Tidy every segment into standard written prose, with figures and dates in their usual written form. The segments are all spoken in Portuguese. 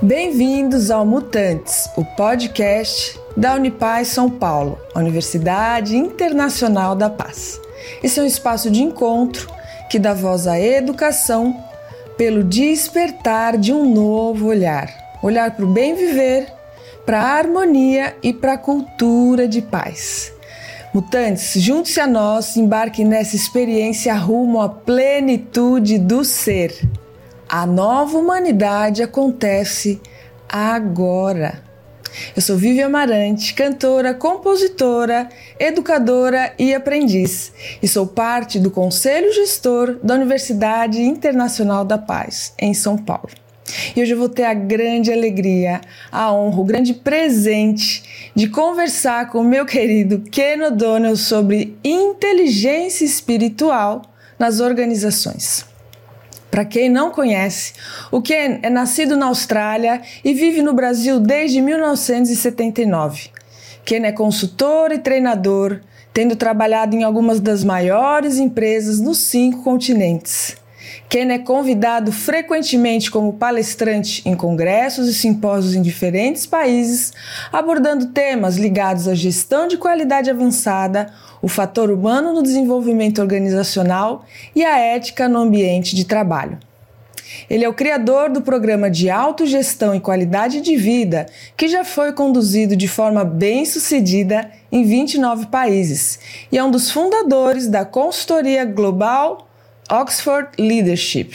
Bem-vindos ao Mutantes, o podcast da Unipaz São Paulo, a Universidade Internacional da Paz. Esse é um espaço de encontro que dá voz à educação pelo despertar de um novo olhar para o bem viver, para a harmonia e para a cultura de paz. Mutantes, junte-se a nós, embarque nessa experiência rumo à plenitude do ser. A nova humanidade acontece agora. Eu sou Vivian Amarante, cantora, compositora, educadora e aprendiz, e sou parte do Conselho Gestor da Universidade Internacional da Paz, em São Paulo. E hoje eu vou ter a grande alegria, a honra, o grande presente de conversar com o meu querido Ken O'Donnell sobre inteligência espiritual nas organizações. Para quem não conhece, o Ken é nascido na Austrália e vive no Brasil desde 1979. Ken é consultor e treinador, tendo trabalhado em algumas das maiores empresas nos 5 continentes. Ken é convidado frequentemente como palestrante em congressos e simpósios em diferentes países, abordando temas ligados à gestão de qualidade avançada, o fator humano no desenvolvimento organizacional e a ética no ambiente de trabalho. Ele é o criador do programa de autogestão e qualidade de vida, que já foi conduzido de forma bem-sucedida em 29 países, e é um dos fundadores da consultoria global Oxford Leadership.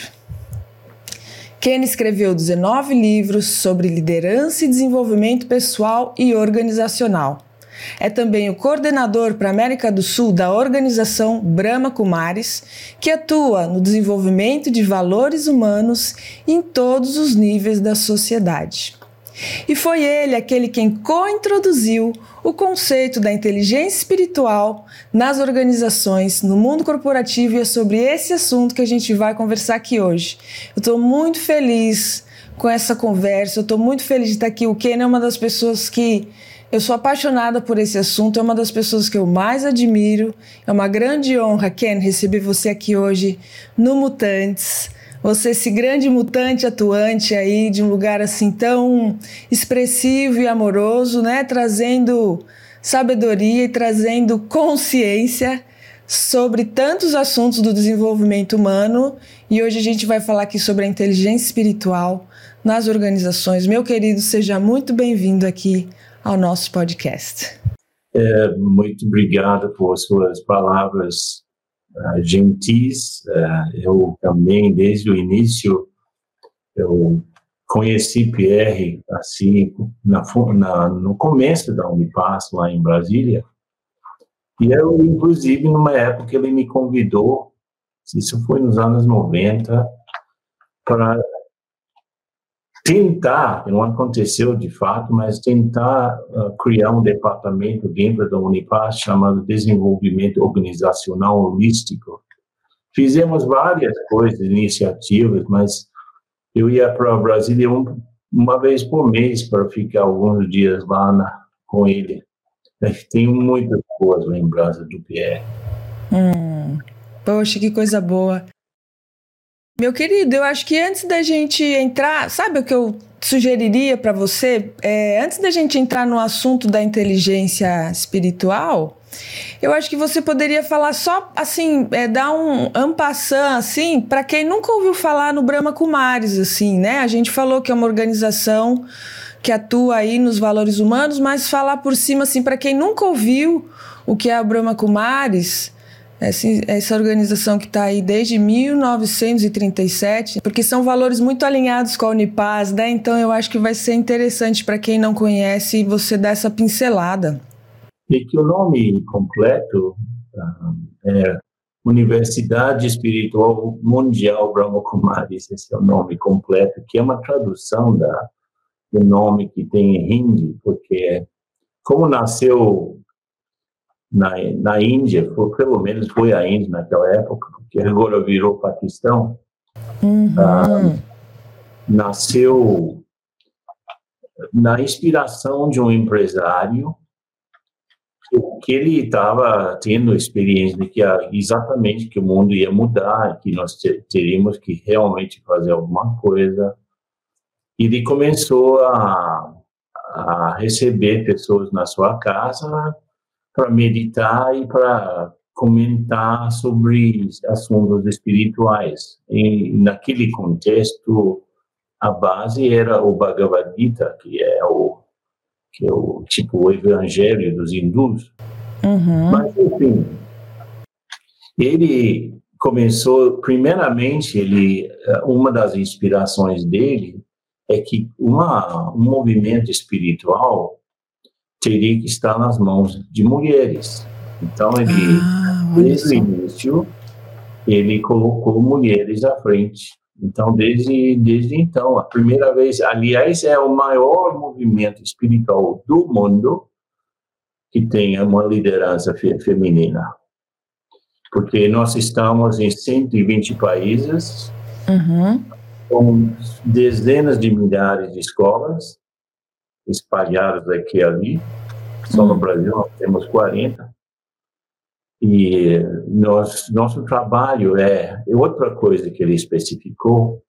Ken escreveu 19 livros sobre liderança e desenvolvimento pessoal e organizacional. É também o coordenador para a América do Sul da organização Brahma Kumaris, que atua no desenvolvimento de valores humanos em todos os níveis da sociedade. E foi ele aquele quem co-introduziu o conceito da inteligência espiritual nas organizações, no mundo corporativo, e é sobre esse assunto que a gente vai conversar aqui hoje. Eu estou muito feliz com essa conversa, eu estou muito feliz de estar aqui. O Ken é uma das pessoas que eu sou apaixonada por esse assunto, é uma das pessoas que eu mais admiro. É uma grande honra, Ken, receber você aqui hoje no Mutantes. Você, esse grande mutante atuante aí, de um lugar assim tão expressivo e amoroso, né? Trazendo sabedoria e trazendo consciência sobre tantos assuntos do desenvolvimento humano. E hoje a gente vai falar aqui sobre a inteligência espiritual nas organizações. Meu querido, seja muito bem-vindo aqui ao nosso podcast. Muito obrigado por suas palavras gentis. Eu também, desde o início, eu conheci Pierre assim, no começo da Unipaz, lá em Brasília. E eu, inclusive, numa época, ele me convidou, isso foi nos anos 90, para tentar, não aconteceu de fato, mas tentar criar um departamento dentro da Unipaz chamado Desenvolvimento Organizacional Holístico. Fizemos várias coisas, iniciativas, mas eu ia para Brasília uma vez por mês para ficar alguns dias lá com ele. Tenho muitas boas lembranças do Pierre. Poxa, que coisa boa. Meu querido, eu acho que antes da gente entrar, sabe o que eu sugeriria para você? Antes da gente entrar no assunto da inteligência espiritual, eu acho que você poderia falar só, assim, dar um en passant, assim, para quem nunca ouviu falar no Brahma Kumaris, assim, né? A gente falou que é uma organização que atua aí nos valores humanos, mas falar por cima, assim, para quem nunca ouviu o que é o Brahma Kumaris, essa organização que está aí desde 1937, porque são valores muito alinhados com a Unipaz, né? Então eu acho que vai ser interessante para quem não conhece você dar essa pincelada. E que o nome completo é Universidade Espiritual Mundial Brahma Kumaris, esse é o nome completo, que é uma tradução do nome que tem em hindi, porque como nasceu na Índia, pelo menos foi a Índia naquela época, porque agora virou Paquistão, nasceu na inspiração de um empresário que ele estava tendo experiência de que exatamente que o mundo ia mudar, que nós teríamos que realmente fazer alguma coisa. ele começou a receber pessoas na sua casa para meditar e para comentar sobre assuntos espirituais. E naquele contexto, a base era o Bhagavad Gita, que é o tipo o evangelho dos hindus. Mas, enfim, ele começou, primeiramente, uma das inspirações dele é que um movimento espiritual teria que estar nas mãos de mulheres. Então, desde o início, ele colocou mulheres à frente. Então, desde então, a primeira vez, aliás, é o maior movimento espiritual do mundo que tenha uma liderança feminina. Porque nós estamos em 120 países, com dezenas de milhares de escolas espalhadas aqui e ali. Só no Brasil nós temos 40. E nosso trabalho é outra coisa que ele especificou,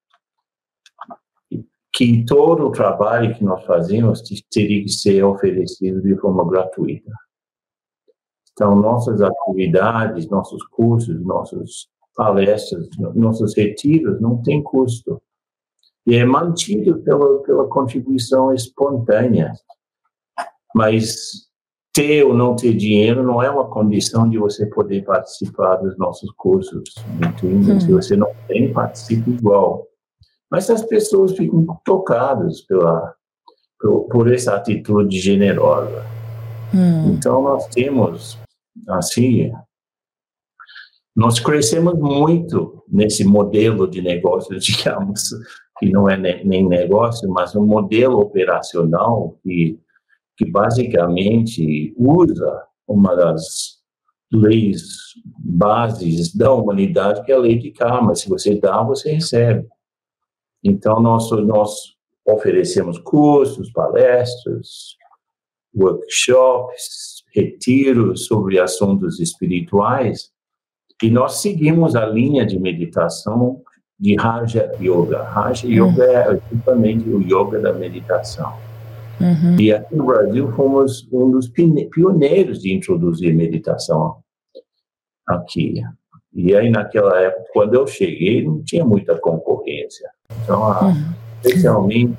que todo o trabalho que nós fazemos teria que ser oferecido de forma gratuita. Então, nossas atividades, nossos cursos, nossas palestras, nossos retiros não têm custo. E é mantido pela contribuição espontânea. Mas ter ou não ter dinheiro não é uma condição de você poder participar dos nossos cursos. Se você não tem, participe igual. Mas as pessoas ficam tocadas por essa atitude generosa. Então, nós temos, assim, nós crescemos muito nesse modelo de negócio, digamos, que não é nem negócio, mas um modelo operacional que basicamente usa uma das leis bases da humanidade, que é a lei de karma. Se você dá, você recebe. Então, nós oferecemos cursos, palestras, workshops, retiros sobre assuntos espirituais, e nós seguimos a linha de meditação de Raja Yoga. Raja Yoga é justamente o yoga da meditação. E aqui no Brasil fomos um dos pioneiros de introduzir meditação aqui. E aí, naquela época, quando eu cheguei, não tinha muita concorrência. Então, especialmente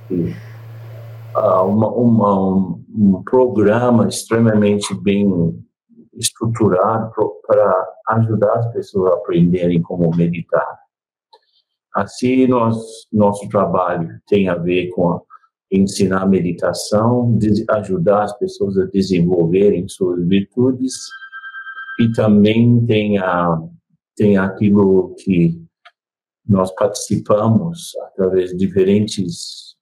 um programa extremamente bem estruturado para ajudar as pessoas a aprenderem como meditar. Assim, nosso trabalho tem a ver com ensinar meditação, ajudar as pessoas a desenvolverem suas virtudes, e também tem aquilo que nós participamos através de diferentes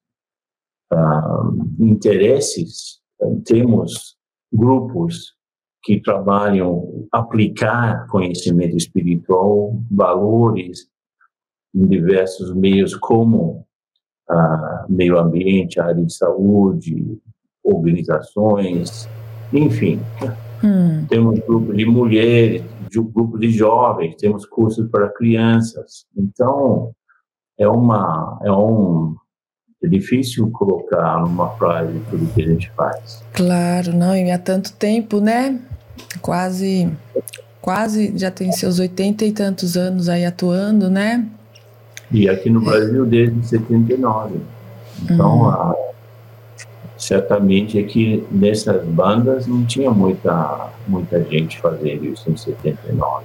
interesses. Temos grupos que trabalham aplicar conhecimento espiritual, valores em diversos meios, como meio ambiente, área de saúde, organizações, enfim. Temos grupos de mulheres, grupos de jovens, temos cursos para crianças. Então, é difícil colocar numa frase tudo que a gente faz. Claro, não, e há tanto tempo, né? Quase já tem seus 80 e tantos anos aí atuando, né? E aqui no Brasil desde 79. Então, certamente aqui nessas bandas não tinha muita gente fazendo isso em 79.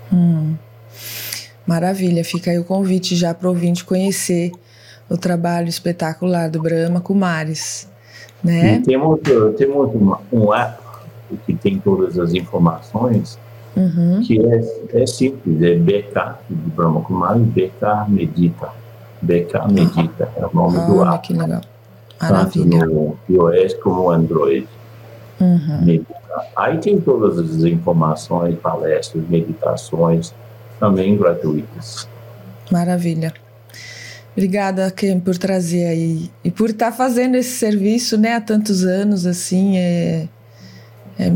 Maravilha, fica aí o convite já para o ouvinte conhecer o trabalho espetacular do Brahma Kumaris, né? E temos um app que tem todas as informações, que é simples, é BK de Brahma Kumaris, BK Medita. BK Medita é o nome do app. Que legal. Maravilha. Tanto no iOS como no Android. Medita. Aí tem todas as informações, palestras, meditações, também gratuitas. Maravilha. Obrigada, Ken, por trazer aí e por estar fazendo esse serviço, né, há tantos anos, assim, é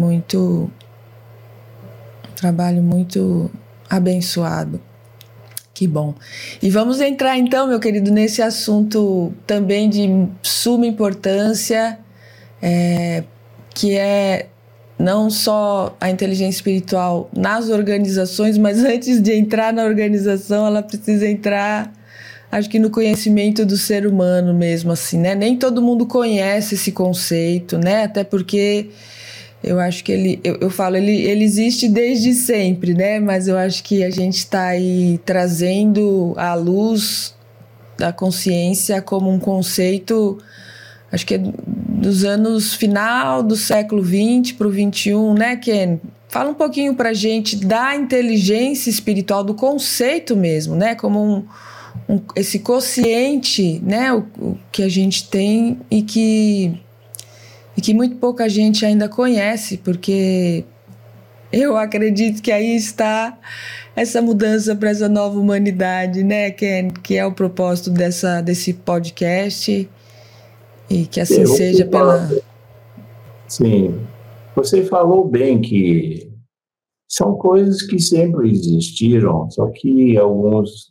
muito um trabalho muito abençoado. Que bom. E vamos entrar então, meu querido, nesse assunto também de suma importância, que é não só a inteligência espiritual nas organizações, mas antes de entrar na organização, ela precisa entrar, acho que no conhecimento do ser humano mesmo, assim, né? Nem todo mundo conhece esse conceito, né? Até porque eu acho que ele existe desde sempre, né? Mas eu acho que a gente está aí trazendo à luz da consciência como um conceito, acho que é dos anos final do século XX para o XXI, né, Ken? Fala um pouquinho para a gente da inteligência espiritual, do conceito mesmo, né? Como esse quociente, né? O que a gente tem e que muito pouca gente ainda conhece, porque eu acredito que aí está essa mudança para essa nova humanidade, né, Ken? Que é o propósito desse podcast, e que assim seja pela... Sim, você falou bem que são coisas que sempre existiram, só que alguns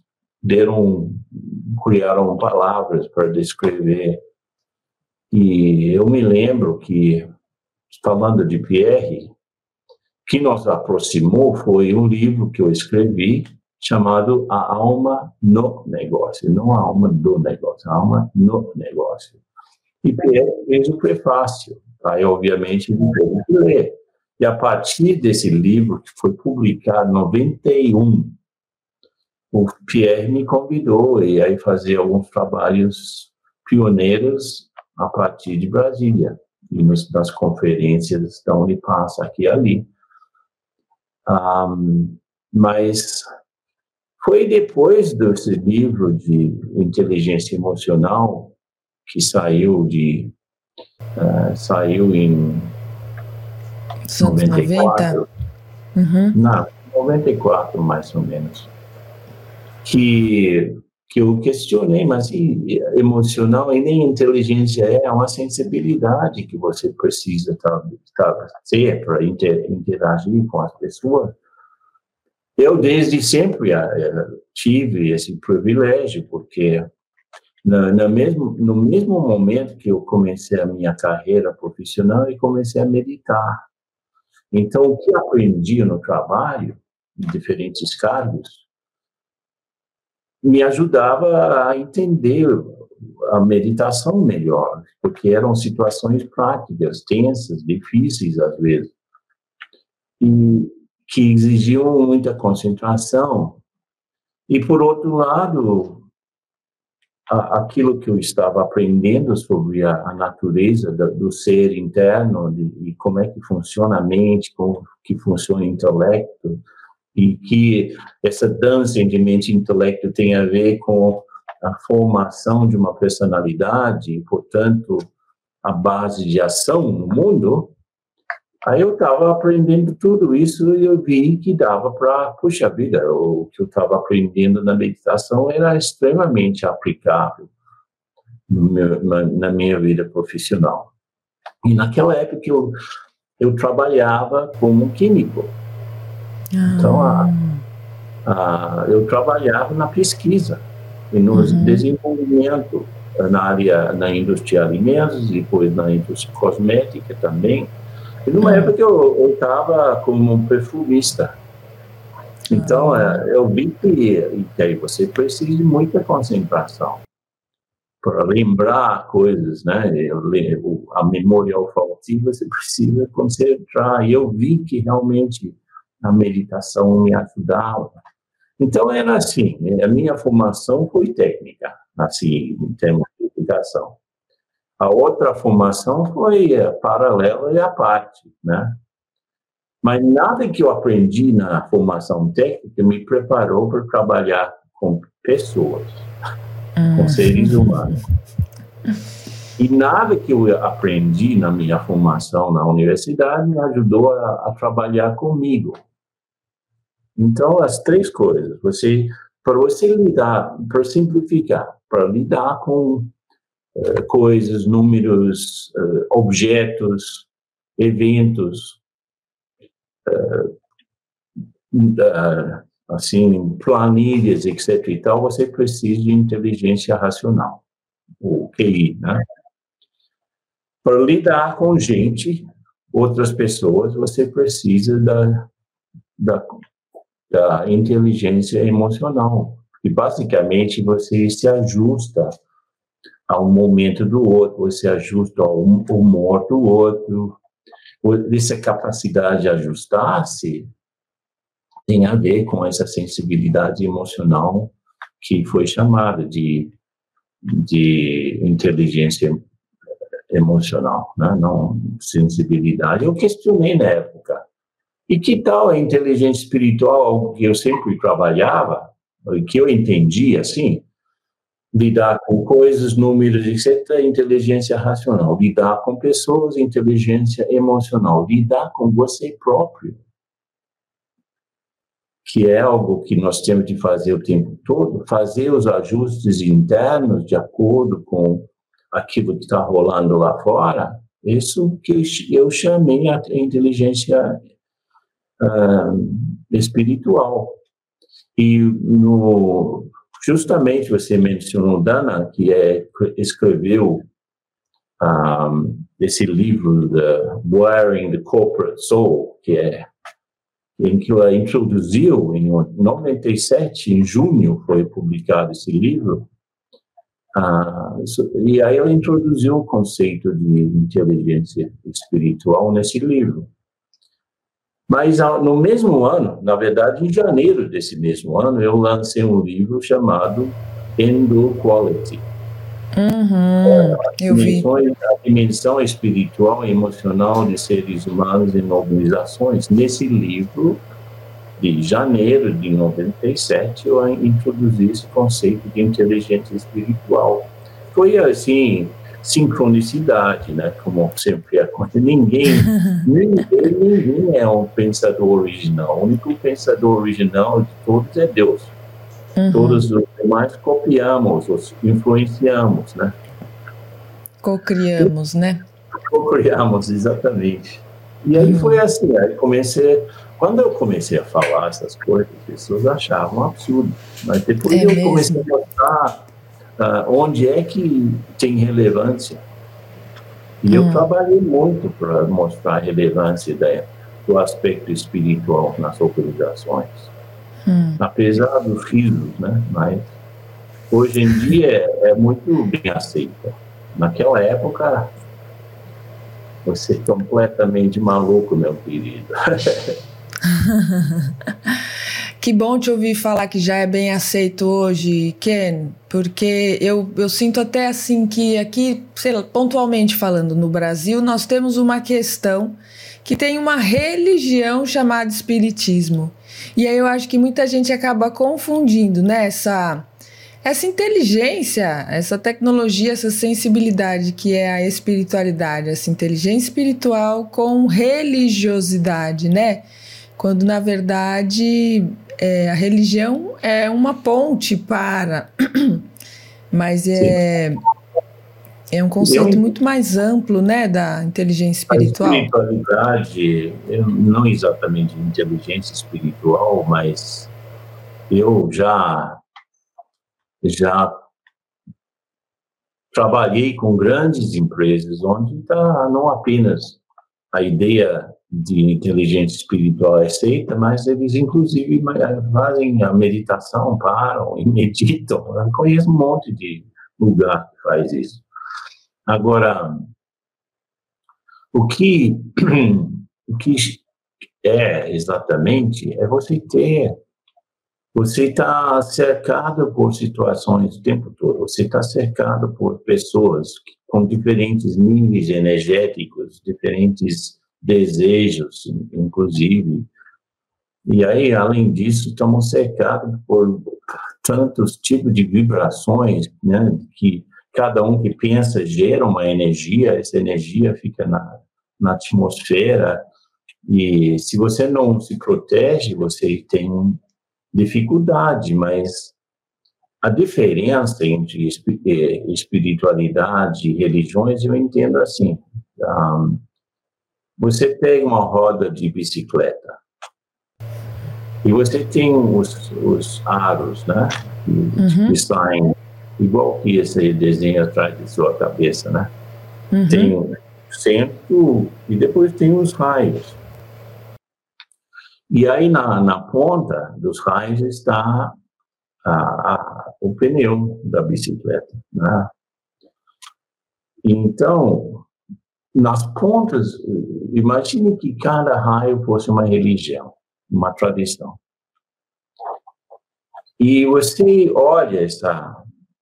criaram palavras para descrever. E eu me lembro que, falando de Pierre, o que nos aproximou foi um livro que eu escrevi chamado A Alma no Negócio, não a alma do negócio, a alma no negócio. E Pierre fez o prefácio, aí obviamente ele teve que ler. E a partir desse livro, que foi publicado em 91, o Pierre me convidou e aí fazer alguns trabalhos pioneiros a partir de Brasília e nas conferências da Unipaz aqui e ali. Mas foi depois desse livro de inteligência emocional que saiu em 94, 90? Não, 94 mais ou menos, que eu questionei, mas emocional e nem inteligência é uma sensibilidade que você precisa ter para interagir com as pessoas. Eu desde sempre tive esse privilégio, porque no mesmo momento que eu comecei a minha carreira profissional, eu comecei a meditar. Então, o que eu aprendi no trabalho, em diferentes cargos, me ajudava a entender a meditação melhor, porque eram situações práticas, tensas, difíceis às vezes, e que exigiam muita concentração. E, por outro lado, aquilo que eu estava aprendendo sobre a natureza do ser interno e como é que funciona a mente, como que funciona o intelecto, e que essa dança entre mente e intelecto tem a ver com a formação de uma personalidade e, portanto, a base de ação no mundo. Aí eu estava aprendendo tudo isso e eu vi que dava para, puxa vida, o que eu estava aprendendo na meditação era extremamente aplicável na minha vida profissional. E naquela época eu trabalhava como químico. Então, eu trabalhava na pesquisa e no desenvolvimento na indústria de alimentos, depois na indústria cosmética também. E numa época eu estava como um perfumista. Então, eu vi que aí você precisa de muita concentração para lembrar coisas, né? A memória olfativa você precisa concentrar. E eu vi que realmente a meditação me ajudava. Então, era assim, a minha formação foi técnica, assim, em termos de educação. A outra formação foi paralela e à parte, né? Mas nada que eu aprendi na formação técnica me preparou para trabalhar com pessoas, com seres humanos. E nada que eu aprendi na minha formação na universidade me ajudou a trabalhar comigo. Então, as três coisas, para você lidar, para simplificar, para lidar com coisas, números, objetos, eventos, assim, planilhas, etc. e tal, você precisa de inteligência racional, o QI, né? Para lidar com gente, outras pessoas, você precisa da inteligência emocional. E, basicamente, você se ajusta ao momento do outro, você ajusta ao humor do outro. Essa capacidade de ajustar-se tem a ver com essa sensibilidade emocional que foi chamada de inteligência emocional, né? Não sensibilidade. Eu questionei na época. E que tal a inteligência espiritual, algo que eu sempre trabalhava, e que eu entendi assim, lidar com coisas, números, etc., inteligência racional, lidar com pessoas, inteligência emocional, lidar com você próprio, que é algo que nós temos de fazer o tempo todo, fazer os ajustes internos de acordo com aquilo que está rolando lá fora, isso que eu chamei a inteligência espiritual. E justamente você mencionou Dana, que escreveu esse livro, Wiring the Corporate Soul, em que ela introduziu, em 97, em junho, foi publicado esse livro, e aí ela introduziu o conceito de inteligência espiritual nesse livro. Mas no mesmo ano, na verdade, em janeiro desse mesmo ano, eu lancei um livro chamado Endoquality. Eu vi. A dimensão espiritual e emocional de seres humanos em organizações. Nesse livro, de janeiro de 97, eu introduzi esse conceito de inteligência espiritual. Foi assim, sincronicidade, né? Como sempre acontece. Ninguém é um pensador original. O único pensador original de todos é Deus. Todos os demais copiamos, os influenciamos, né? Co-criamos, né? Co-criamos, exatamente. E aí foi assim, quando eu comecei a falar essas coisas, as pessoas achavam um absurdo. Mas depois eu comecei a mostrar onde é que tem relevância. E eu trabalhei muito para mostrar a relevância do aspecto espiritual nas organizações. Apesar dos risos, né? Mas hoje em dia é muito bem aceita. Naquela época, você é completamente maluco, meu querido. Que bom te ouvir falar que já é bem aceito hoje, Ken, porque eu sinto até assim que aqui, sei lá, pontualmente falando, no Brasil, nós temos uma questão que tem uma religião chamada espiritismo. E aí eu acho que muita gente acaba confundindo, né, essa inteligência, essa tecnologia, essa sensibilidade que é a espiritualidade, essa inteligência espiritual com religiosidade, né? Quando, na verdade, a religião é uma ponte para... Mas é um conceito muito mais amplo, né, da inteligência espiritual. A espiritualidade, não exatamente inteligência espiritual, mas eu já trabalhei com grandes empresas onde está não apenas a ideia de inteligência espiritual é aceita, mas eles inclusive fazem a meditação, param e meditam. Eu conheço um monte de lugar que faz isso. Agora, o que é exatamente é você está cercado por situações o tempo todo, você está cercado por pessoas com diferentes níveis energéticos, diferentes desejos, inclusive. E aí, além disso, estamos cercados por tantos tipos de vibrações, né, que cada um que pensa gera uma energia, essa energia fica na atmosfera, e se você não se protege, você tem dificuldade, mas a diferença entre espiritualidade e religiões eu entendo assim. Você pega uma roda de bicicleta E você tem os aros, né? Que saem, igual que esse desenho atrás de sua cabeça, né? Tem o centro e depois tem os raios. E aí na ponta dos raios está o pneu da bicicleta, né? Então, nas pontas, imagine que cada raio fosse uma religião, uma tradição. E você olha essa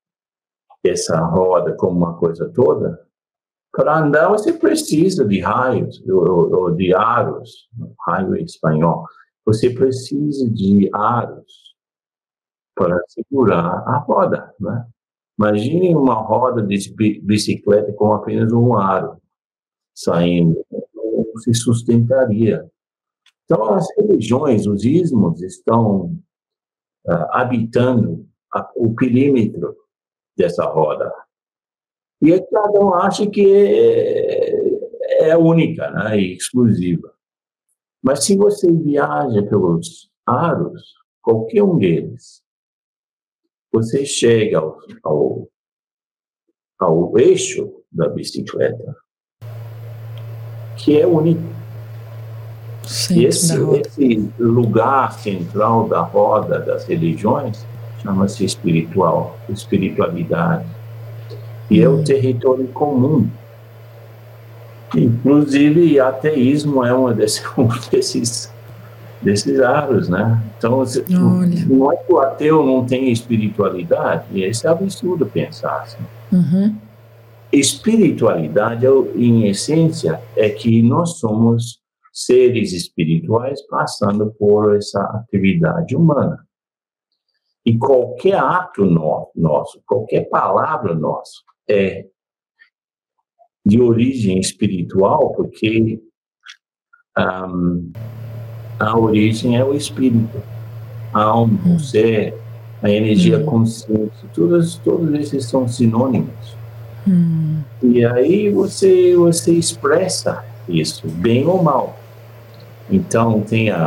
roda como uma coisa toda. Para andar, você precisa de raios, ou de aros, raio em espanhol. Você precisa de aros para segurar a roda, né? Imagine uma roda de bicicleta com apenas um aro saindo, não se sustentaria. Então, as religiões, os ismos, estão habitando o perímetro dessa roda. E cada um acha que é única, né, e exclusiva. Mas se você viaja pelos aros, qualquer um deles, você chega ao eixo da bicicleta, que é único. E esse lugar central da roda das religiões chama-se espiritualidade. E é o território comum. Inclusive, ateísmo é um desses aros, né? Então, não é que o ateu não tem espiritualidade, esse é absurdo pensar assim. Espiritualidade, em essência, é que nós somos seres espirituais passando por essa atividade humana. E qualquer ato nosso, qualquer palavra nossa é de origem espiritual, porque a origem é o espírito, a alma, o ser, a energia consciente, todos esses são sinônimos. E aí você expressa isso, bem ou mal. Então,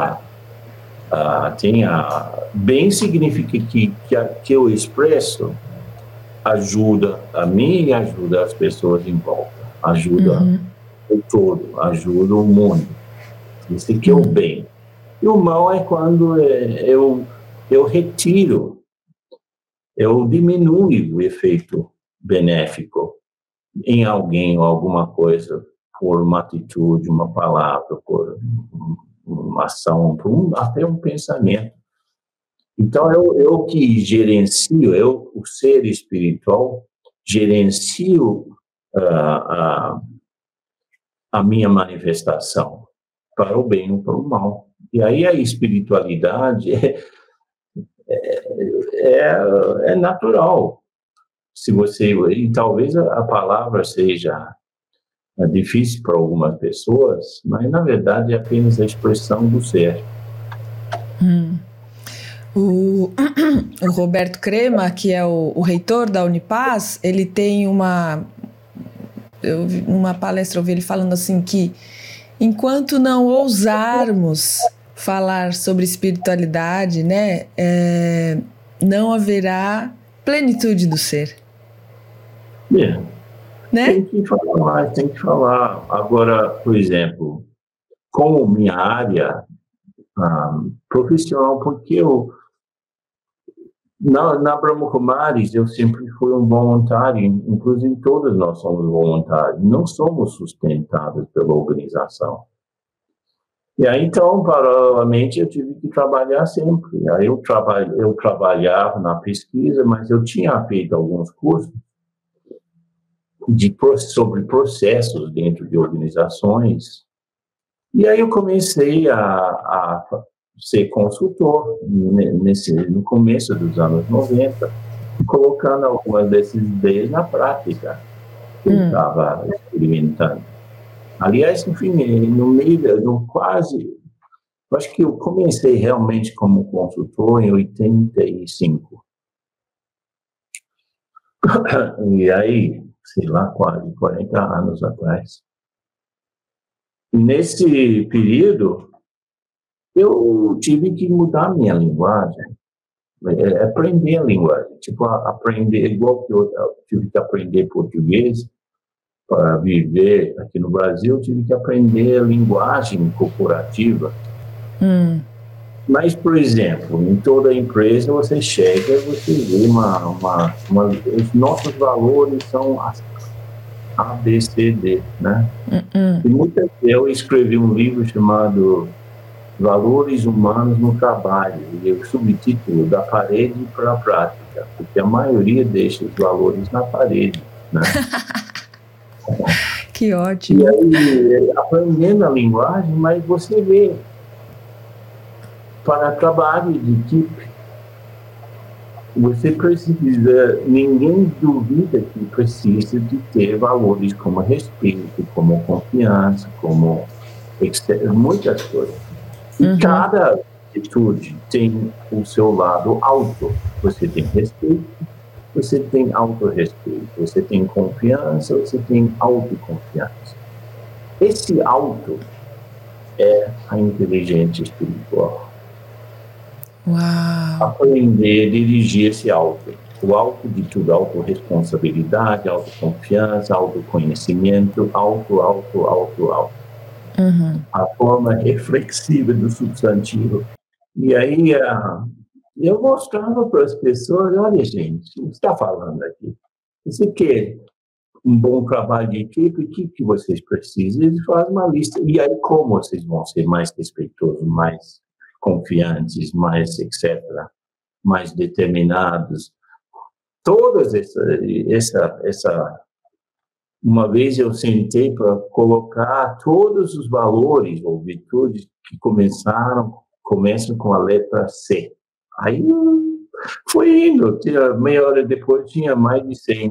bem significa que eu expresso ajuda a mim e ajuda as pessoas em volta, ajuda o todo, ajuda o mundo. Isso aqui é o bem. E o mal é quando eu retiro, eu diminuo o efeito benéfico em alguém ou alguma coisa por uma atitude, uma palavra, por uma ação, até um pensamento. Então, eu que gerencio, o ser espiritual, gerencio a minha manifestação para o bem ou para o mal. E aí a espiritualidade é natural. E talvez a palavra seja difícil para algumas pessoas, mas na verdade é apenas a expressão do ser. O Roberto Crema, que é o reitor da Unipaz, ele tem uma palestra, eu ouvi ele falando assim que enquanto não ousarmos falar sobre espiritualidade, né, não haverá plenitude do ser. Né? Tem que falar. Agora, por exemplo, como minha área profissional, porque na Brahma Kumaris eu sempre fui um voluntário, inclusive todos nós somos voluntários, não somos sustentados pela organização. E aí, então, paralelamente, eu tive que trabalhar sempre. Aí eu trabalhava na pesquisa, mas eu tinha feito alguns cursos sobre processos dentro de organizações. E aí eu comecei a ser consultor no começo dos anos 90, colocando algumas dessas ideias na prática que eu estava experimentando. Aliás, enfim, no meio, acho que eu comecei realmente como consultor em 85. E aí, sei lá, quase 40 anos atrás. Nesse período, eu tive que mudar minha linguagem, aprender a linguagem, tipo, aprender, igual que eu tive que aprender português para viver aqui no Brasil, eu tive que aprender a linguagem corporativa. Mas, por exemplo, em toda empresa você chega e você vê os nossos valores são A, B, C, D, né? E eu escrevi um livro chamado Valores Humanos no Trabalho, e o subtítulo da parede para a prática, porque a maioria deixa os valores na parede, né? Que ótimo. E aí, aprendendo a linguagem, mas você vê, para trabalho de equipe, você precisa, ninguém duvida que precisa de ter valores como respeito, como confiança, como muitas coisas. E cada atitude tem o seu lado alto. Você tem respeito, você tem autorrespeito, você tem confiança, você tem autoconfiança. Esse auto é a inteligência espiritual. Uau. Aprender a dirigir esse auto. O auto de tudo, autorresponsabilidade, autoconfiança, autoconhecimento, auto. A forma reflexiva do substantivo. E aí eu mostrava para as pessoas, olha gente, o que está falando aqui? Você quer um bom trabalho de equipe, o que vocês precisam? Eles fazem uma lista. E aí como vocês vão ser mais respeitosos, mais confiantes, mais etc., mais determinados? Todas essa uma vez eu sentei para colocar todos os valores ou virtudes que começam com a letra C. Aí foi indo, meia hora depois tinha mais de 100.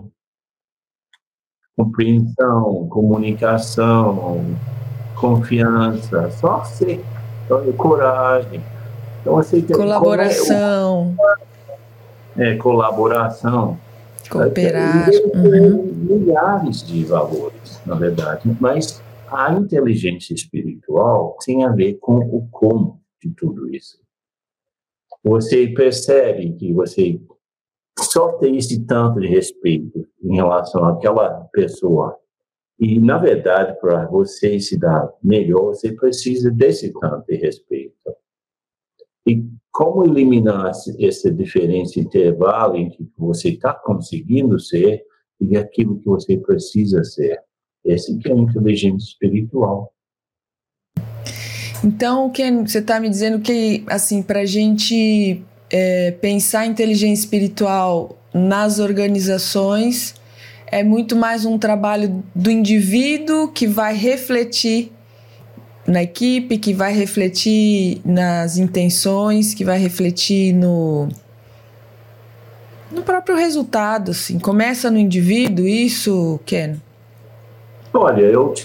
Compreensão, comunicação, confiança, só C. Então, coragem. Então, colaboração. Colaboração. Cooperar. Milhares de valores, na verdade. Mas a inteligência espiritual tem a ver com o como de tudo isso. Você percebe que você só tem esse tanto de respeito em relação àquela pessoa. E, na verdade, para você se dar melhor, você precisa desse tanto de respeito. E como eliminar essa diferença, intervalo entre o que você está conseguindo ser e aquilo que você precisa ser? Esse que é a inteligência espiritual. Então, Ken, você está me dizendo que, assim, para a gente pensar a inteligência espiritual nas organizações é muito mais um trabalho do indivíduo que vai refletir na equipe, que vai refletir nas intenções, que vai refletir no próprio resultado, assim. Começa no indivíduo isso, Ken? Olha,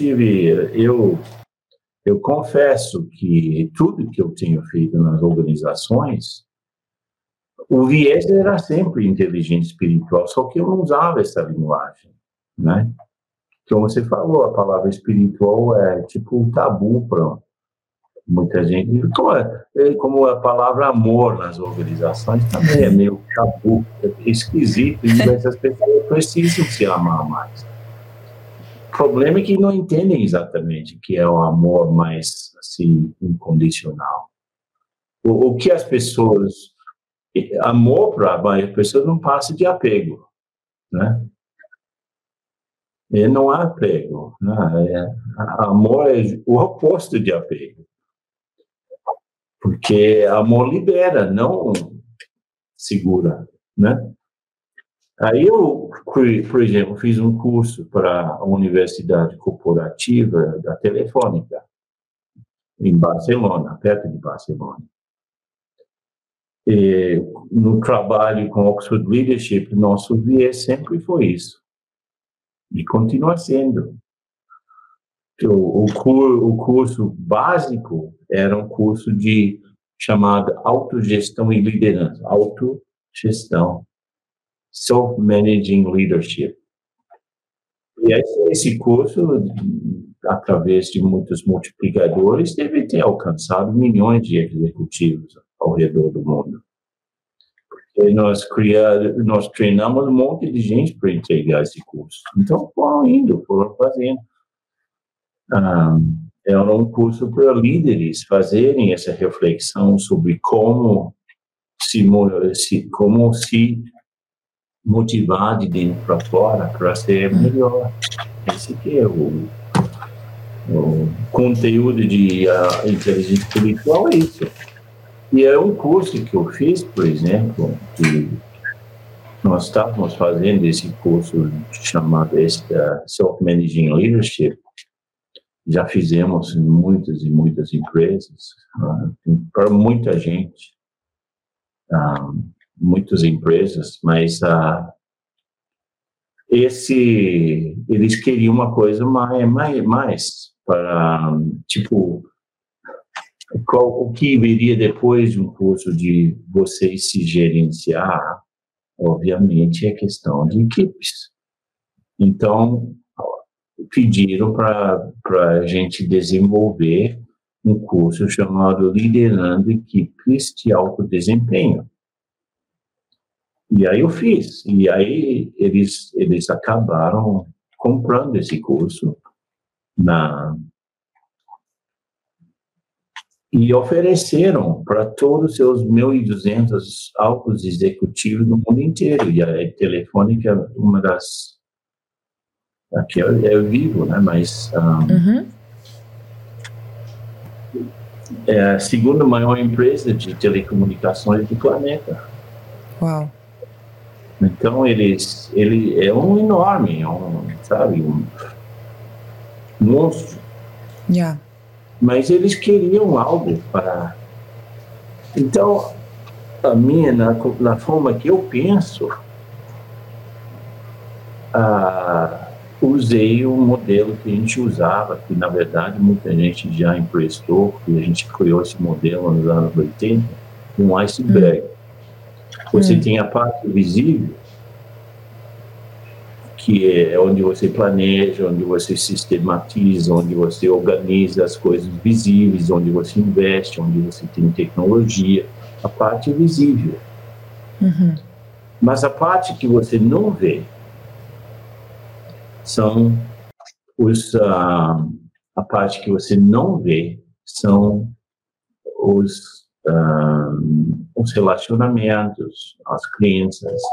eu confesso que tudo que eu tenho feito nas organizações, o viés era sempre inteligência espiritual, só que eu não usava essa linguagem, né? Como você falou, a palavra espiritual é tipo um tabu para muita gente. Como a palavra amor nas organizações também é meio tabu, é esquisito, e essas pessoas precisam se amar mais. O problema é que não entendem exatamente o que é o amor mais assim, incondicional. O que as pessoas... Amor para as pessoas não passa de apego, né? Não há apego. Né? Amor é o oposto de apego. Porque amor libera, não segura, né? Aí eu, por exemplo, fiz um curso para a Universidade Corporativa da Telefônica, em Barcelona, perto de Barcelona. E no trabalho com Oxford Leadership, nosso viés sempre foi isso. E continua sendo. O curso básico era um curso chamado Autogestão e Liderança. Autogestão. Self-Managing Leadership. E esse curso através de muitos multiplicadores, deve ter alcançado milhões de executivos ao redor do mundo. E nós treinamos um monte de gente para entregar esse curso. Então, foram fazendo. Era um curso para líderes fazerem essa reflexão sobre como se motivar de dentro para fora para ser melhor. Esse que é o conteúdo de inteligência espiritual, é isso. E é um curso que eu fiz, por exemplo, que nós estávamos fazendo esse curso chamado Self-Managing Leadership. Já fizemos em muitas e muitas empresas, para muita gente, muitas empresas, mas eles queriam uma coisa mais para, tipo, o que viria depois de um curso de vocês se gerenciar, obviamente, é questão de equipes. Então, pediram para a gente desenvolver um curso chamado Liderando Equipes de Alto Desempenho. E aí eu fiz. E aí eles acabaram comprando esse curso e ofereceram para todos os seus 1.200 altos executivos no mundo inteiro. E a Telefônica é uma das... Aqui é vivo, né? Mas é a segunda maior empresa de telecomunicações do planeta. Uau! Então, ele é um enorme, sabe, um monstro. Yeah. Mas eles queriam algo para... Então, na forma que eu penso, usei um modelo que a gente usava, que na verdade muita gente já emprestou, e a gente criou esse modelo nos anos 80, um iceberg. Você tem a parte visível, que é onde você planeja, onde você sistematiza, onde você organiza as coisas visíveis, onde você investe, onde você tem tecnologia, a parte visível. Mas a parte que você não vê são a parte que você não vê são os relacionamentos, as crenças,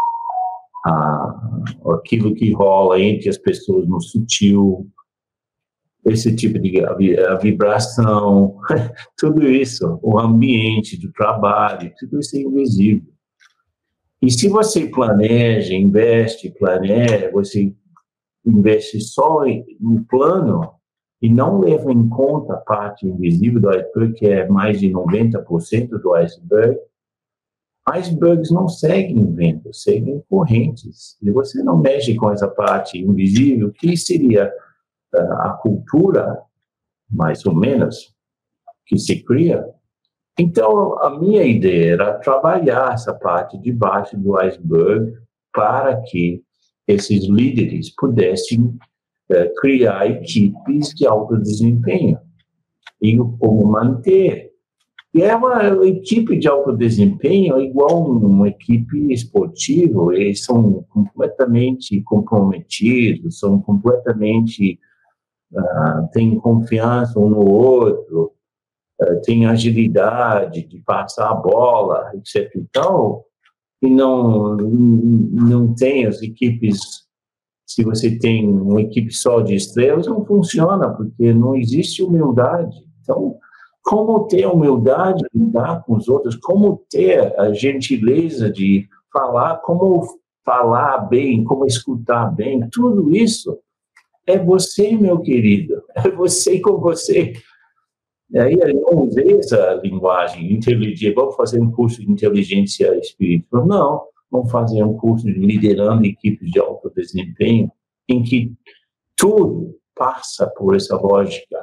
aquilo que rola entre as pessoas no sutil, esse tipo de a vibração, tudo isso, o ambiente do trabalho, tudo isso é invisível. E se você planeja, você investe só no plano e não leva em conta a parte invisível do iceberg, que é mais de 90% do iceberg, icebergs não seguem ventos, seguem correntes. E você não mexe com essa parte invisível, que seria a cultura, mais ou menos, que se cria. Então, a minha ideia era trabalhar essa parte de baixo do iceberg para que esses líderes pudessem criar equipes de alto desempenho e como manter. E é uma equipe de alto desempenho igual uma equipe esportiva, eles são completamente comprometidos, são completamente, têm confiança um no outro, têm agilidade de passar a bola, etc. Então, e não tem as equipes, se você tem uma equipe só de estrelas, não funciona, porque não existe humildade. Então, como ter humildade de lidar com os outros, como ter a gentileza de falar, como falar bem, como escutar bem, tudo isso é você, meu querido, é você com você. E aí eu não usei essa linguagem inteligente, vamos fazer um curso de inteligência espiritual. Não, vamos fazer um curso de liderando equipes de alto desempenho, em que tudo passa por essa lógica.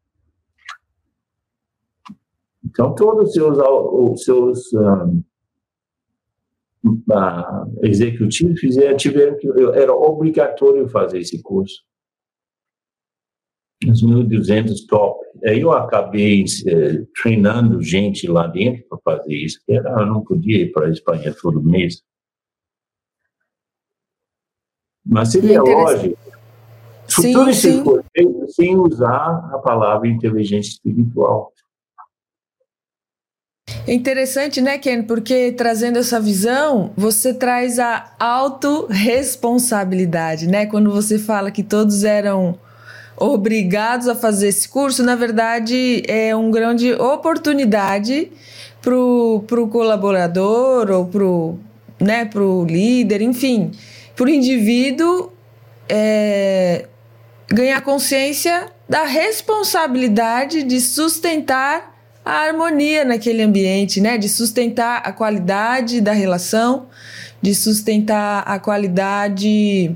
Então, todos os seus executivos tiveram que... Era obrigatório fazer esse curso. os 1.200 top. Aí eu acabei treinando gente lá dentro para fazer isso. Eu não podia ir para a Espanha todo mês. Mas seria lógico. Tudo isso foi feito sem usar a palavra inteligência espiritual. É interessante, né, Ken? Porque trazendo essa visão, você traz a autorresponsabilidade, né? Quando você fala que todos eram obrigados a fazer esse curso, na verdade é uma grande oportunidade pro colaborador ou pro líder, enfim, pro indivíduo ganhar consciência da responsabilidade de sustentar a harmonia naquele ambiente, né? De sustentar a qualidade da relação, de sustentar a qualidade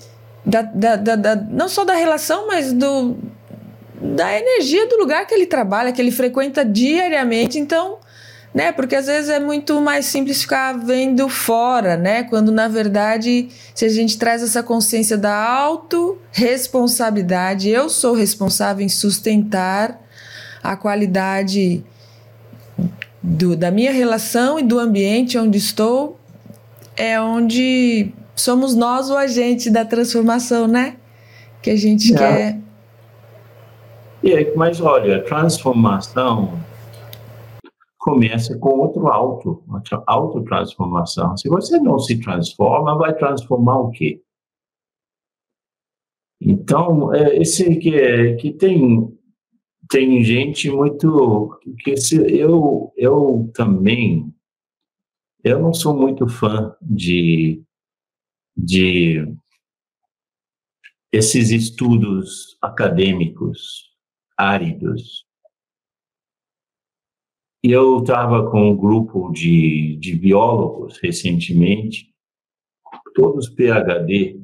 não só da relação, mas da energia do lugar que ele trabalha, que ele frequenta diariamente. Então, né? Porque às vezes é muito mais simples ficar vendo fora, né? Quando na verdade, se a gente traz essa consciência da autorresponsabilidade, eu sou responsável em sustentar a qualidade da minha relação e do ambiente onde estou, é onde somos nós o agente da transformação, né? Que a gente quer. Mas olha, a transformação começa com outro autotransformação. Se você não se transforma, vai transformar o quê? Então, que tem gente muito eu também eu não sou muito fã de esses estudos acadêmicos áridos. E eu estava com um grupo de biólogos recentemente, todos PhD,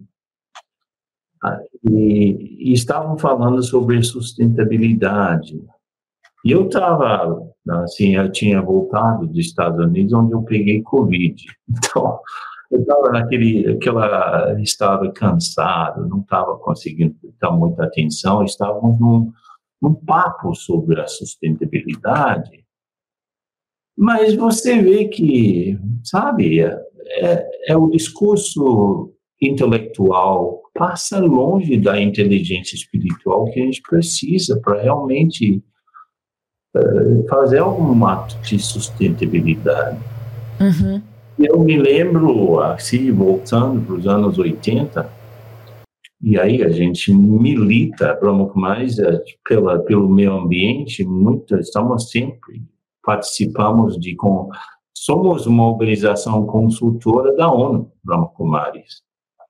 e estavam falando sobre sustentabilidade. E eu estava, assim, eu tinha voltado dos Estados Unidos, onde eu peguei Covid. Então, eu estava estava cansado, não estava conseguindo dar muita atenção, estávamos num papo sobre a sustentabilidade. Mas você vê que, sabe, é o discurso intelectual passa longe da inteligência espiritual que a gente precisa para realmente fazer algum ato de sustentabilidade. Uhum. Eu me lembro, assim, voltando para os anos 80, e aí a gente milita, mais pelo meio ambiente, estamos sempre, participamos somos uma organização consultora da ONU, Brahma Kumaris,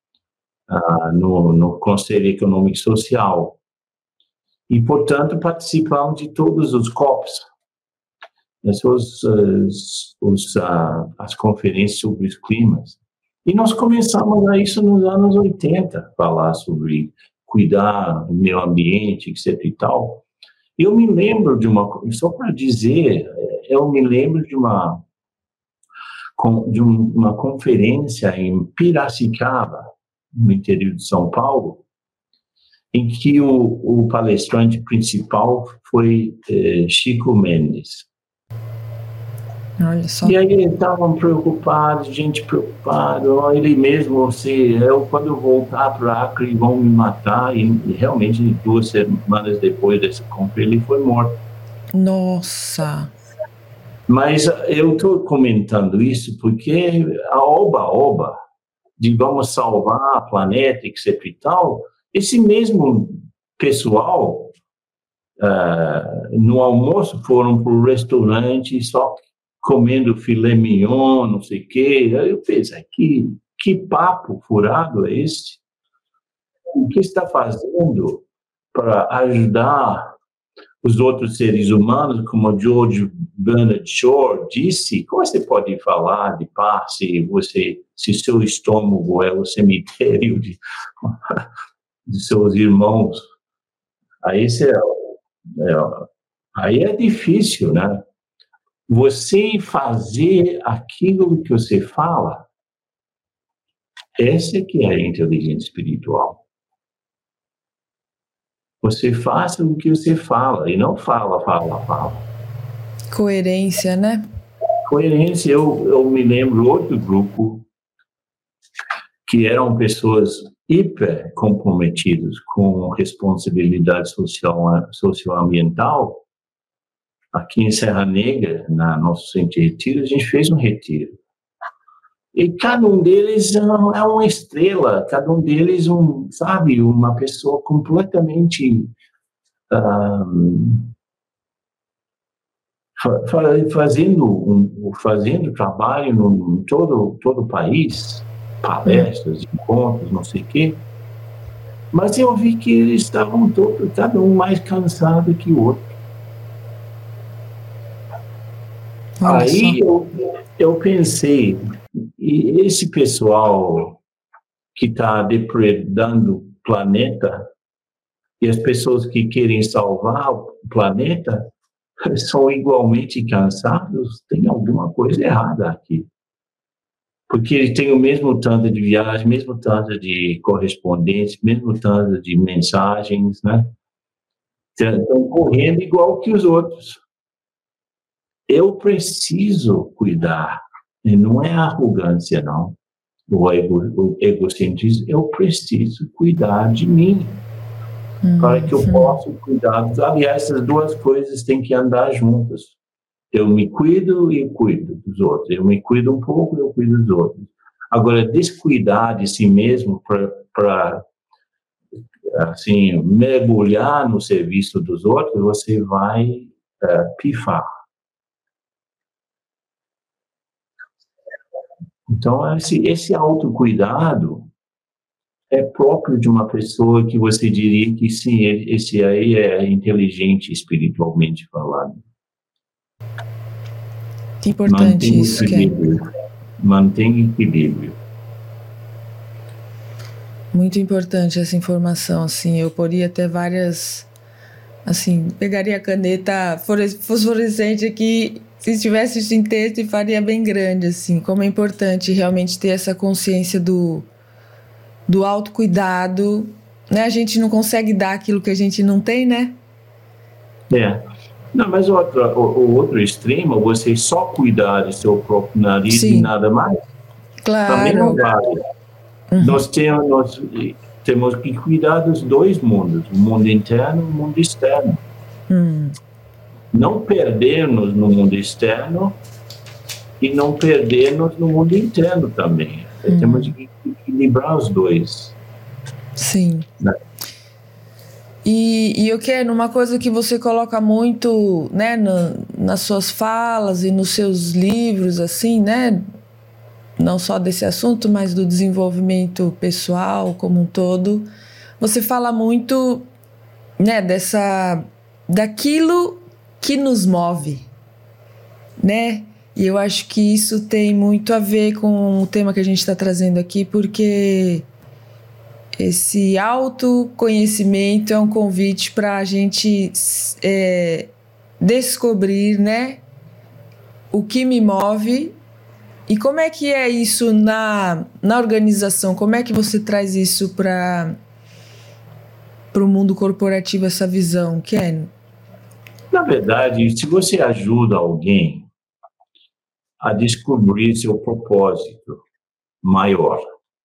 no Conselho Econômico e Social. E, portanto, participamos de todos os COPs, as conferências sobre os climas. E nós começamos a isso nos anos 80, falar sobre cuidar do meio ambiente, etc. e tal. Eu me lembro só para dizer, eu me lembro de uma conferência em Piracicaba, no interior de São Paulo, em que o palestrante principal foi Chico Mendes. Olha só. E aí estavam preocupados, gente preocupada, ele mesmo, quando eu voltar para Acre vão me matar, e realmente 2 semanas depois dessa conferência ele foi morto. Nossa! Mas eu estou comentando isso porque a oba-oba de vamos salvar o planeta, etc e tal, esse mesmo pessoal no almoço foram para o restaurante só comendo filé mignon, não sei o quê. Aí eu pensei, que papo furado é esse? O que está fazendo para ajudar os outros seres humanos, como George Bernard Shaw disse? Como você pode falar de paz se seu estômago é o cemitério de seus irmãos? Aí é difícil, né? Você fazer aquilo que você fala, essa que é a inteligência espiritual. Você faça o que você fala e não fala. Coerência, né? Coerência. Eu me lembro outro grupo que eram pessoas hiper comprometidas com responsabilidade socioambiental. Aqui em Serra Negra, na nosso centro de retiro, a gente fez um retiro. E cada um deles é uma estrela, cada um deles, uma pessoa completamente fazendo trabalho em todo o país, palestras, encontros, não sei o quê. Mas eu vi que eles estavam cada um mais cansado que o outro. Olha Aí só. eu pensei, e esse pessoal que está depredando o planeta e as pessoas que querem salvar o planeta são igualmente cansados, tem alguma coisa errada aqui. Porque eles têm o mesmo tanto de viagem, mesmo tanto de correspondência, mesmo tanto de mensagens, né? Estão correndo igual que os outros. Eu preciso cuidar, e não é arrogância, não, o egocentrismo. Eu preciso cuidar de mim, para que eu possa cuidar. Aliás, essas duas coisas têm que andar juntas. Eu me cuido e cuido dos outros. Eu me cuido um pouco e eu cuido dos outros. Agora, descuidar de si mesmo para assim, mergulhar no serviço dos outros, você vai pifar. Então, esse autocuidado é próprio de uma pessoa que você diria que, sim, esse aí é inteligente espiritualmente falando. Que importante isso, Ken. Mantém equilíbrio. Muito importante essa informação, assim, eu poria até várias, assim, pegaria a caneta fosforescente aqui, se estivesse isso em texto, e faria bem grande, assim, como é importante realmente ter essa consciência do autocuidado, né? A gente não consegue dar aquilo que a gente não tem, né? Não, mas o outro extremo, você só cuidar do seu próprio nariz e nada mais, também não vale. Nós temos que cuidar dos dois mundos, o mundo interno e o mundo externo. Não perdermos no mundo externo e não perdermos no mundo interno também. Temos que equilibrar os dois. Sim. Né? E eu quero uma coisa que você coloca muito, né, nas suas falas e nos seus livros, assim, né, não só desse assunto, mas do desenvolvimento pessoal como um todo. Você fala muito, né, daquilo que nos move, né? E eu acho que isso tem muito a ver com o tema que a gente está trazendo aqui, porque esse autoconhecimento é um convite para a gente descobrir, né, o que me move e como é que é isso na organização, como é que você traz isso para o mundo corporativo, essa visão, Ken? Na verdade, se você ajuda alguém a descobrir seu propósito maior,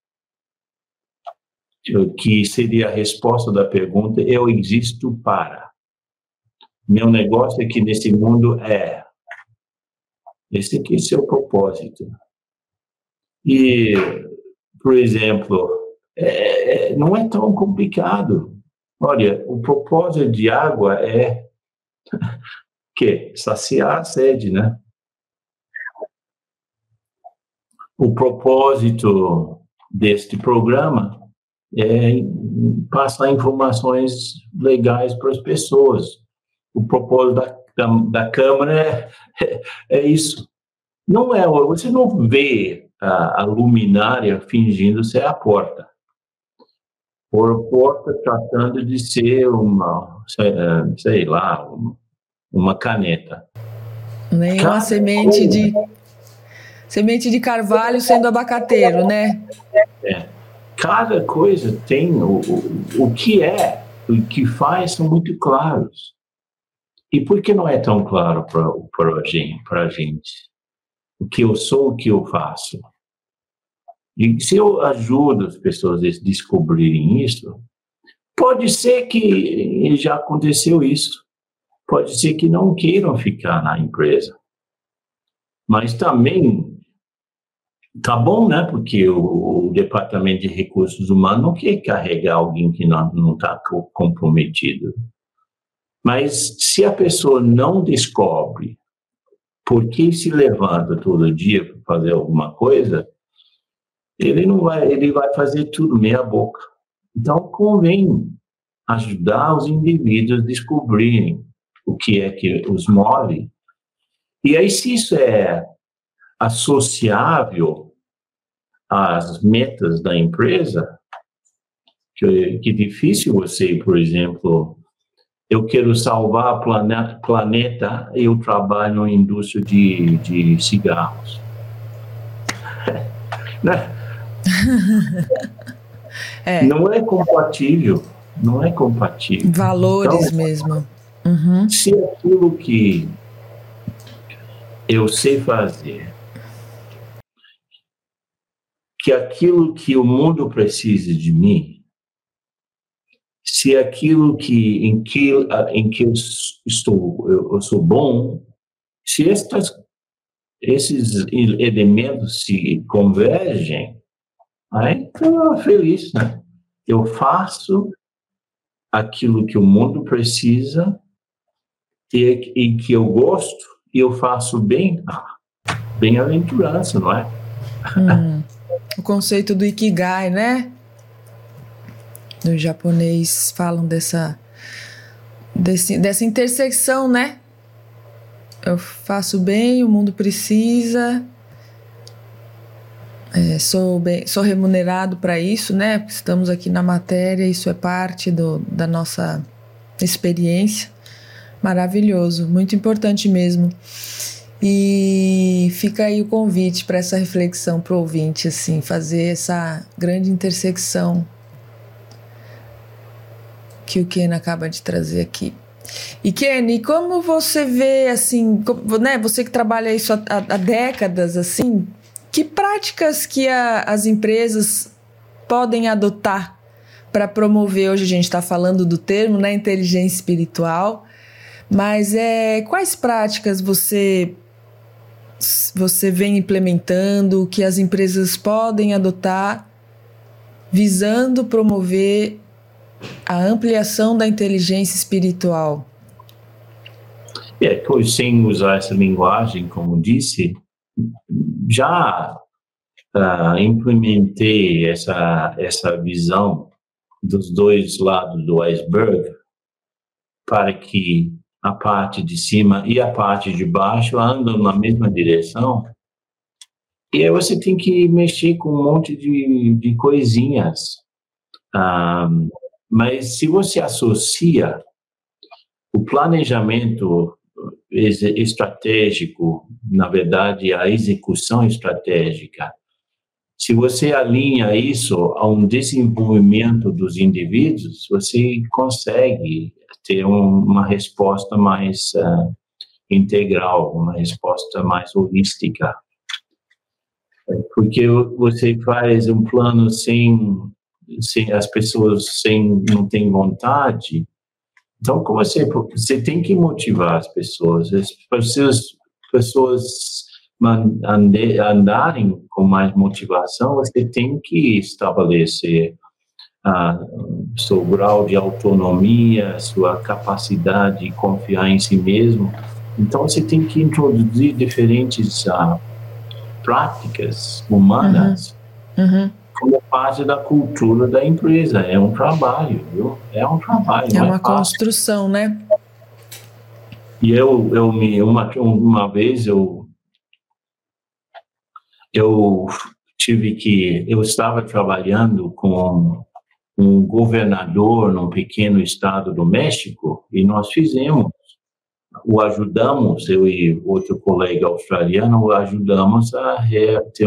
que seria a resposta da pergunta, eu existo para. Meu negócio aqui nesse mundo é. Esse aqui é seu propósito. E, por exemplo, não é tão complicado. Olha, o propósito de água é que saciar a sede, né? O propósito deste programa é passar informações legais para as pessoas. O propósito da Câmara é isso. Não é, você não vê a luminária fingindo ser a porta. Ou a porta tratando de ser uma caneta. Nem uma semente de carvalho sendo abacateiro, né? Cada coisa tem o que é o que faz são muito claros. E por que não é tão claro para a gente? O que eu sou, o que eu faço? E se eu ajudo as pessoas a descobrirem isso, pode ser que já aconteceu isso. Pode ser que não queiram ficar na empresa. Mas também tá bom, né? Porque o Departamento de Recursos Humanos não quer carregar alguém que não está comprometido. Mas se a pessoa não descobre por que se levanta todo dia para fazer alguma coisa, ele vai fazer tudo meia boca. Então, convém ajudar os indivíduos a descobrirem o que é que os move. E aí, se isso é associável às metas da empresa, que é difícil você, por exemplo, eu quero salvar o planeta e eu trabalho na indústria de cigarros. Né? Não é compatível. Não é compatível. Valores então, mesmo. Uhum. Se aquilo que eu sei fazer, que aquilo que o mundo precisa de mim, se aquilo em que eu sou bom, se esses elementos se convergem, aí estou feliz, né? Eu faço aquilo que o mundo precisa e que eu gosto, e eu faço bem, bem-aventurança, não é? O conceito do Ikigai, né? Os japoneses falam dessa intersecção, né? Eu faço bem, o mundo precisa, sou remunerado para isso, né? Estamos aqui na matéria, isso é parte da nossa experiência. Maravilhoso, muito importante mesmo. E fica aí o convite para essa reflexão para o ouvinte, assim, fazer essa grande intersecção que o Ken acaba de trazer aqui. E Ken, como você vê, assim, né, você que trabalha isso há décadas, assim, que práticas que as empresas podem adotar para promover, hoje a gente está falando do termo, né, inteligência espiritual, mas quais práticas você vem implementando, que as empresas podem adotar visando promover a ampliação da inteligência espiritual? Sem usar essa linguagem, como disse, já implementei essa visão dos dois lados do iceberg para que a parte de cima e a parte de baixo andam na mesma direção. E aí você tem que mexer com um monte de coisinhas. Mas se você associa o planejamento estratégico, na verdade, a execução estratégica, se você alinha isso a um desenvolvimento dos indivíduos, você consegue ter uma resposta mais integral, uma resposta mais holística. Porque você faz um plano sem as pessoas não têm vontade. Então, como você tem que motivar as pessoas andarem com mais motivação, você tem que estabelecer seu grau de autonomia, sua capacidade de confiar em si mesmo. Então, você tem que introduzir diferentes práticas humanas como parte da cultura da empresa. É um trabalho, viu? É um trabalho. É uma construção, né? E uma vez eu estava trabalhando com um governador num pequeno estado do México e nós ajudamos, eu e outro colega australiano, a ter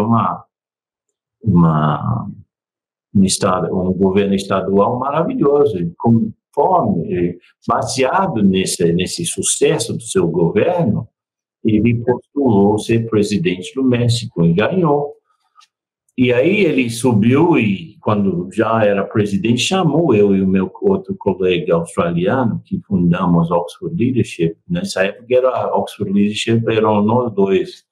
um governo estadual maravilhoso, baseado nesse sucesso do seu governo, ele postulou ser presidente do México e ganhou. E aí ele subiu e, quando já era presidente, chamou eu e o meu outro colega australiano, que fundamos Oxford Leadership. Nessa época era Oxford Leadership, eram nós dois.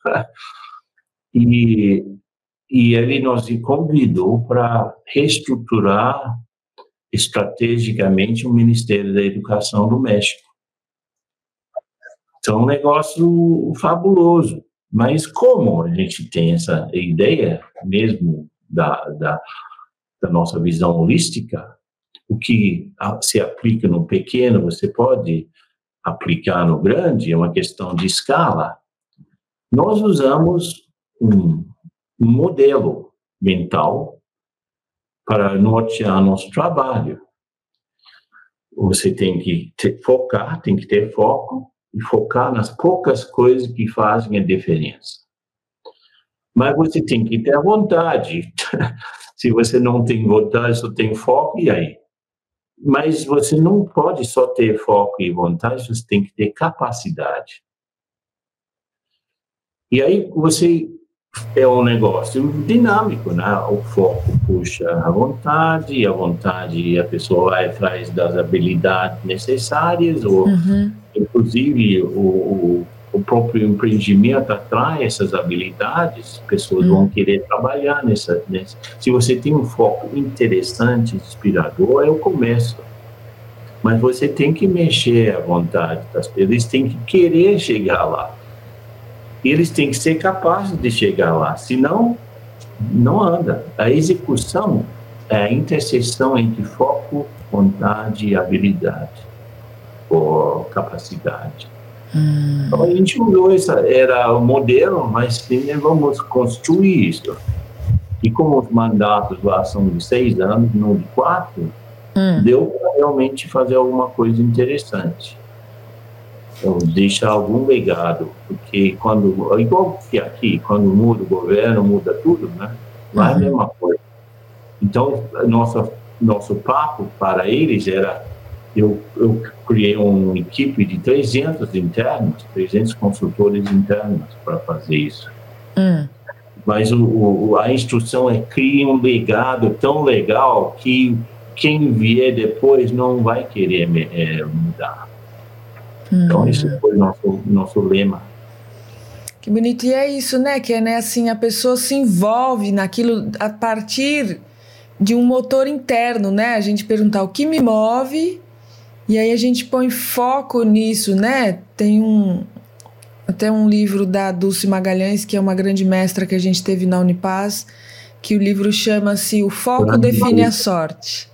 E ele nos convidou para reestruturar estrategicamente o Ministério da Educação do México. Então, um negócio fabuloso. Mas como a gente tem essa ideia mesmo da nossa visão holística, o que se aplica no pequeno, você pode aplicar no grande, é uma questão de escala. Nós usamos um modelo mental para nortear nosso trabalho. Você tem que focar, tem que ter foco, e focar nas poucas coisas que fazem a diferença. Mas você tem que ter vontade. Se você não tem vontade, só tem foco, e aí? Mas você não pode só ter foco e vontade, você tem que ter capacidade. E aí você é um negócio dinâmico, né? O foco puxa a vontade a pessoa vai atrás das habilidades necessárias, ou inclusive o próprio empreendimento atrai essas habilidades, pessoas vão querer trabalhar nessa. Se você tem um foco interessante, inspirador, é o começo. Mas você tem que mexer à vontade das pessoas, eles têm que querer chegar lá. E eles têm que ser capazes de chegar lá, senão não anda. A execução é a interseção entre foco, vontade e habilidade, ou capacidade. Então a gente usou era o modelo, mas vamos construir isso. E como os mandatos lá são de 6 anos, não de 4, deu para realmente fazer alguma coisa interessante. Então, deixar algum legado, porque igual que aqui, quando muda o governo, muda tudo, né? Lá é a mesma coisa. Então, nosso papo para eles era, eu criei uma equipe de 300 internos, 300 consultores internos para fazer isso. Mas a instrução é criar um legado tão legal que quem vier depois não vai querer mudar. Então, esse foi o nosso lema. Que bonito. E é isso, né? Que é, né, assim, a pessoa se envolve naquilo a partir de um motor interno, né? A gente perguntar o que me move, e aí a gente põe foco nisso, né? Tem até um livro da Dulce Magalhães, que é uma grande mestra que a gente teve na Unipaz, que o livro chama-se O Foco Define a Sorte.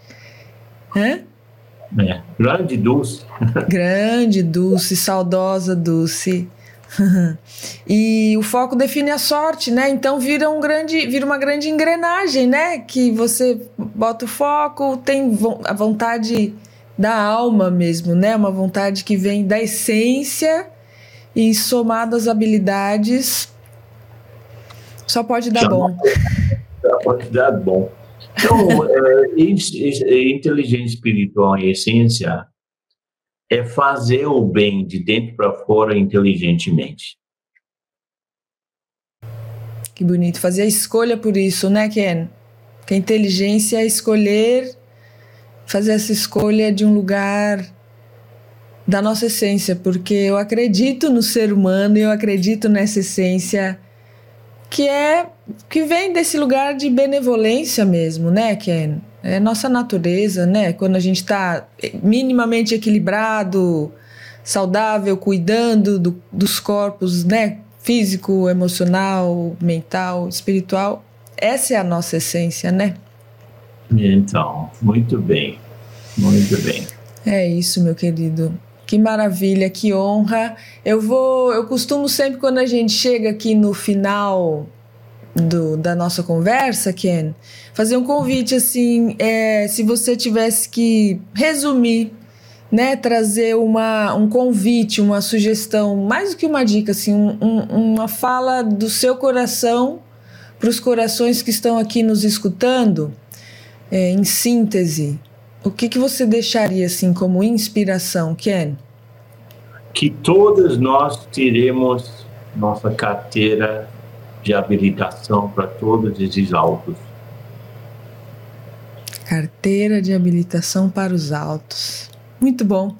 Grande Dulce. Grande Dulce, saudosa Dulce. E o foco define a sorte, né? Então vira uma grande engrenagem, né? Que você bota o foco, tem a vontade da alma mesmo, né? Uma vontade que vem da essência e somado às habilidades só pode dar bom. Só pode dar bom. Então, inteligência espiritual, em essência, é fazer o bem de dentro para fora inteligentemente. Que bonito. Fazer a escolha por isso, né, Ken? Que a inteligência é escolher, fazer essa escolha de um lugar da nossa essência, porque eu acredito no ser humano e eu acredito nessa essência que vem desse lugar de benevolência mesmo, né, Ken? É nossa natureza, né? Quando a gente está minimamente equilibrado, saudável, cuidando dos corpos, né? Físico, emocional, mental, espiritual. Essa é a nossa essência, né? Então, muito bem. Muito bem. É isso, meu querido. Que maravilha, que honra. Eu costumo sempre, quando a gente chega aqui no final da nossa conversa, Ken, fazer um convite, assim, se você tivesse que resumir, né, trazer um convite, uma sugestão, mais do que uma dica, assim, uma fala do seu coração para os corações que estão aqui nos escutando, em síntese, o que você deixaria assim como inspiração, Ken? Que todos nós teremos nossa carteira de habilitação para todos esses autos. Carteira de habilitação para os autos. Muito bom.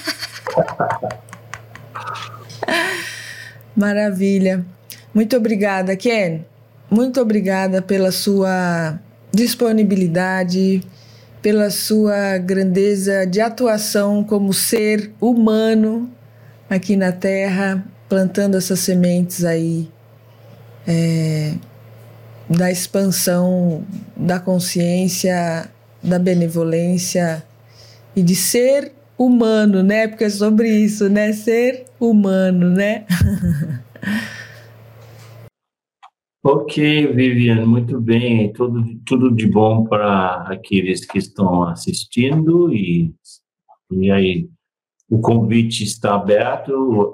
Maravilha. Muito obrigada, Ken. Muito obrigada pela sua disponibilidade, pela sua grandeza de atuação como ser humano aqui na Terra, plantando essas sementes aí da expansão da consciência, da benevolência e de ser humano, né? Porque é sobre isso, né? Ser humano, né? Ok, Viviane, muito bem. Tudo de bom para aqueles que estão assistindo e aí o convite está aberto.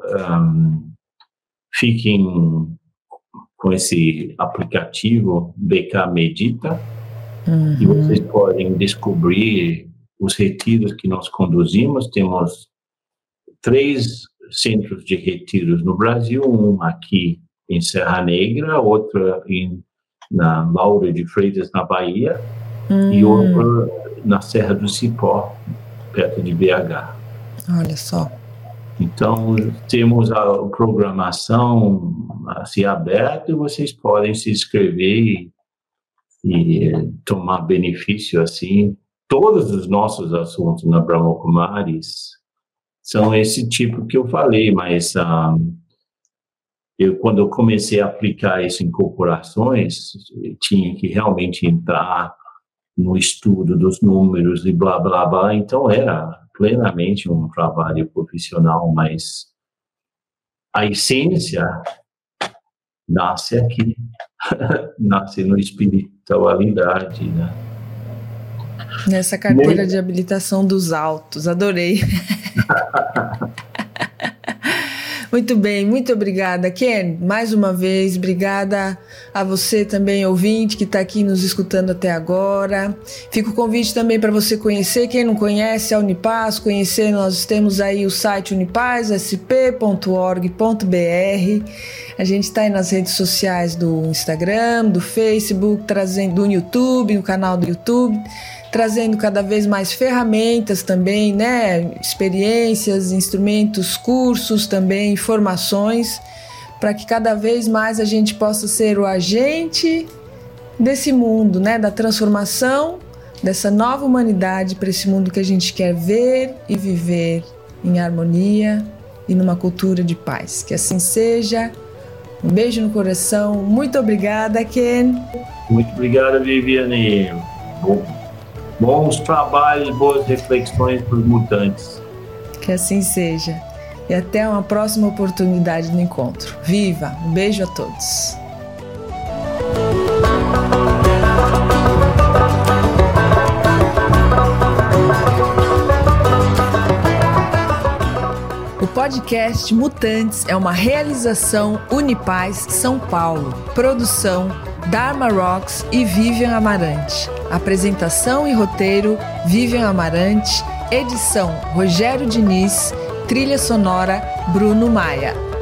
Fiquem com esse aplicativo BK Medita e vocês podem descobrir os retiros que nós conduzimos. Temos 3 centros de retiros no Brasil, um aqui em Serra Negra, outra na Laura de Freitas, na Bahia, e outra na Serra do Cipó, perto de BH. Olha só. Então, temos a programação assim, aberta e vocês podem se inscrever e tomar benefício assim. Todos os nossos assuntos na Brahma Kumaris são esse tipo que eu falei, mas quando eu comecei a aplicar isso em corporações, eu tinha que realmente entrar no estudo dos números e blá, blá, blá. Então, era plenamente um trabalho profissional, mas a essência nasce aqui, nasce na espiritualidade, né? Nessa carteira de habilitação dos autos, adorei. Muito bem, muito obrigada, Ken. Mais uma vez, obrigada a você também, ouvinte, que está aqui nos escutando até agora. Fica o convite também para você conhecer, quem não conhece a Unipaz, conhecer, nós temos aí o site unipazsp.org.br. A gente está aí nas redes sociais do Instagram, do Facebook, trazendo do YouTube, no canal do YouTube, trazendo cada vez mais ferramentas também, né? Experiências, instrumentos, cursos também, informações, para que cada vez mais a gente possa ser o agente desse mundo, né? Da transformação dessa nova humanidade para esse mundo que a gente quer ver e viver em harmonia e numa cultura de paz. Que assim seja. Um beijo no coração. Muito obrigada, Ken. Muito obrigada, Viviane. Bons trabalhos, boas reflexões para os mutantes. Que assim seja. E até uma próxima oportunidade no encontro. Viva! Um beijo a todos. O podcast Mutantes é uma realização Unipaz São Paulo. Produção Dharma Rocks e Vivian Amarante. Apresentação e roteiro Vivian Amarante. Edição Rogério Diniz. Trilha sonora Bruno Maia.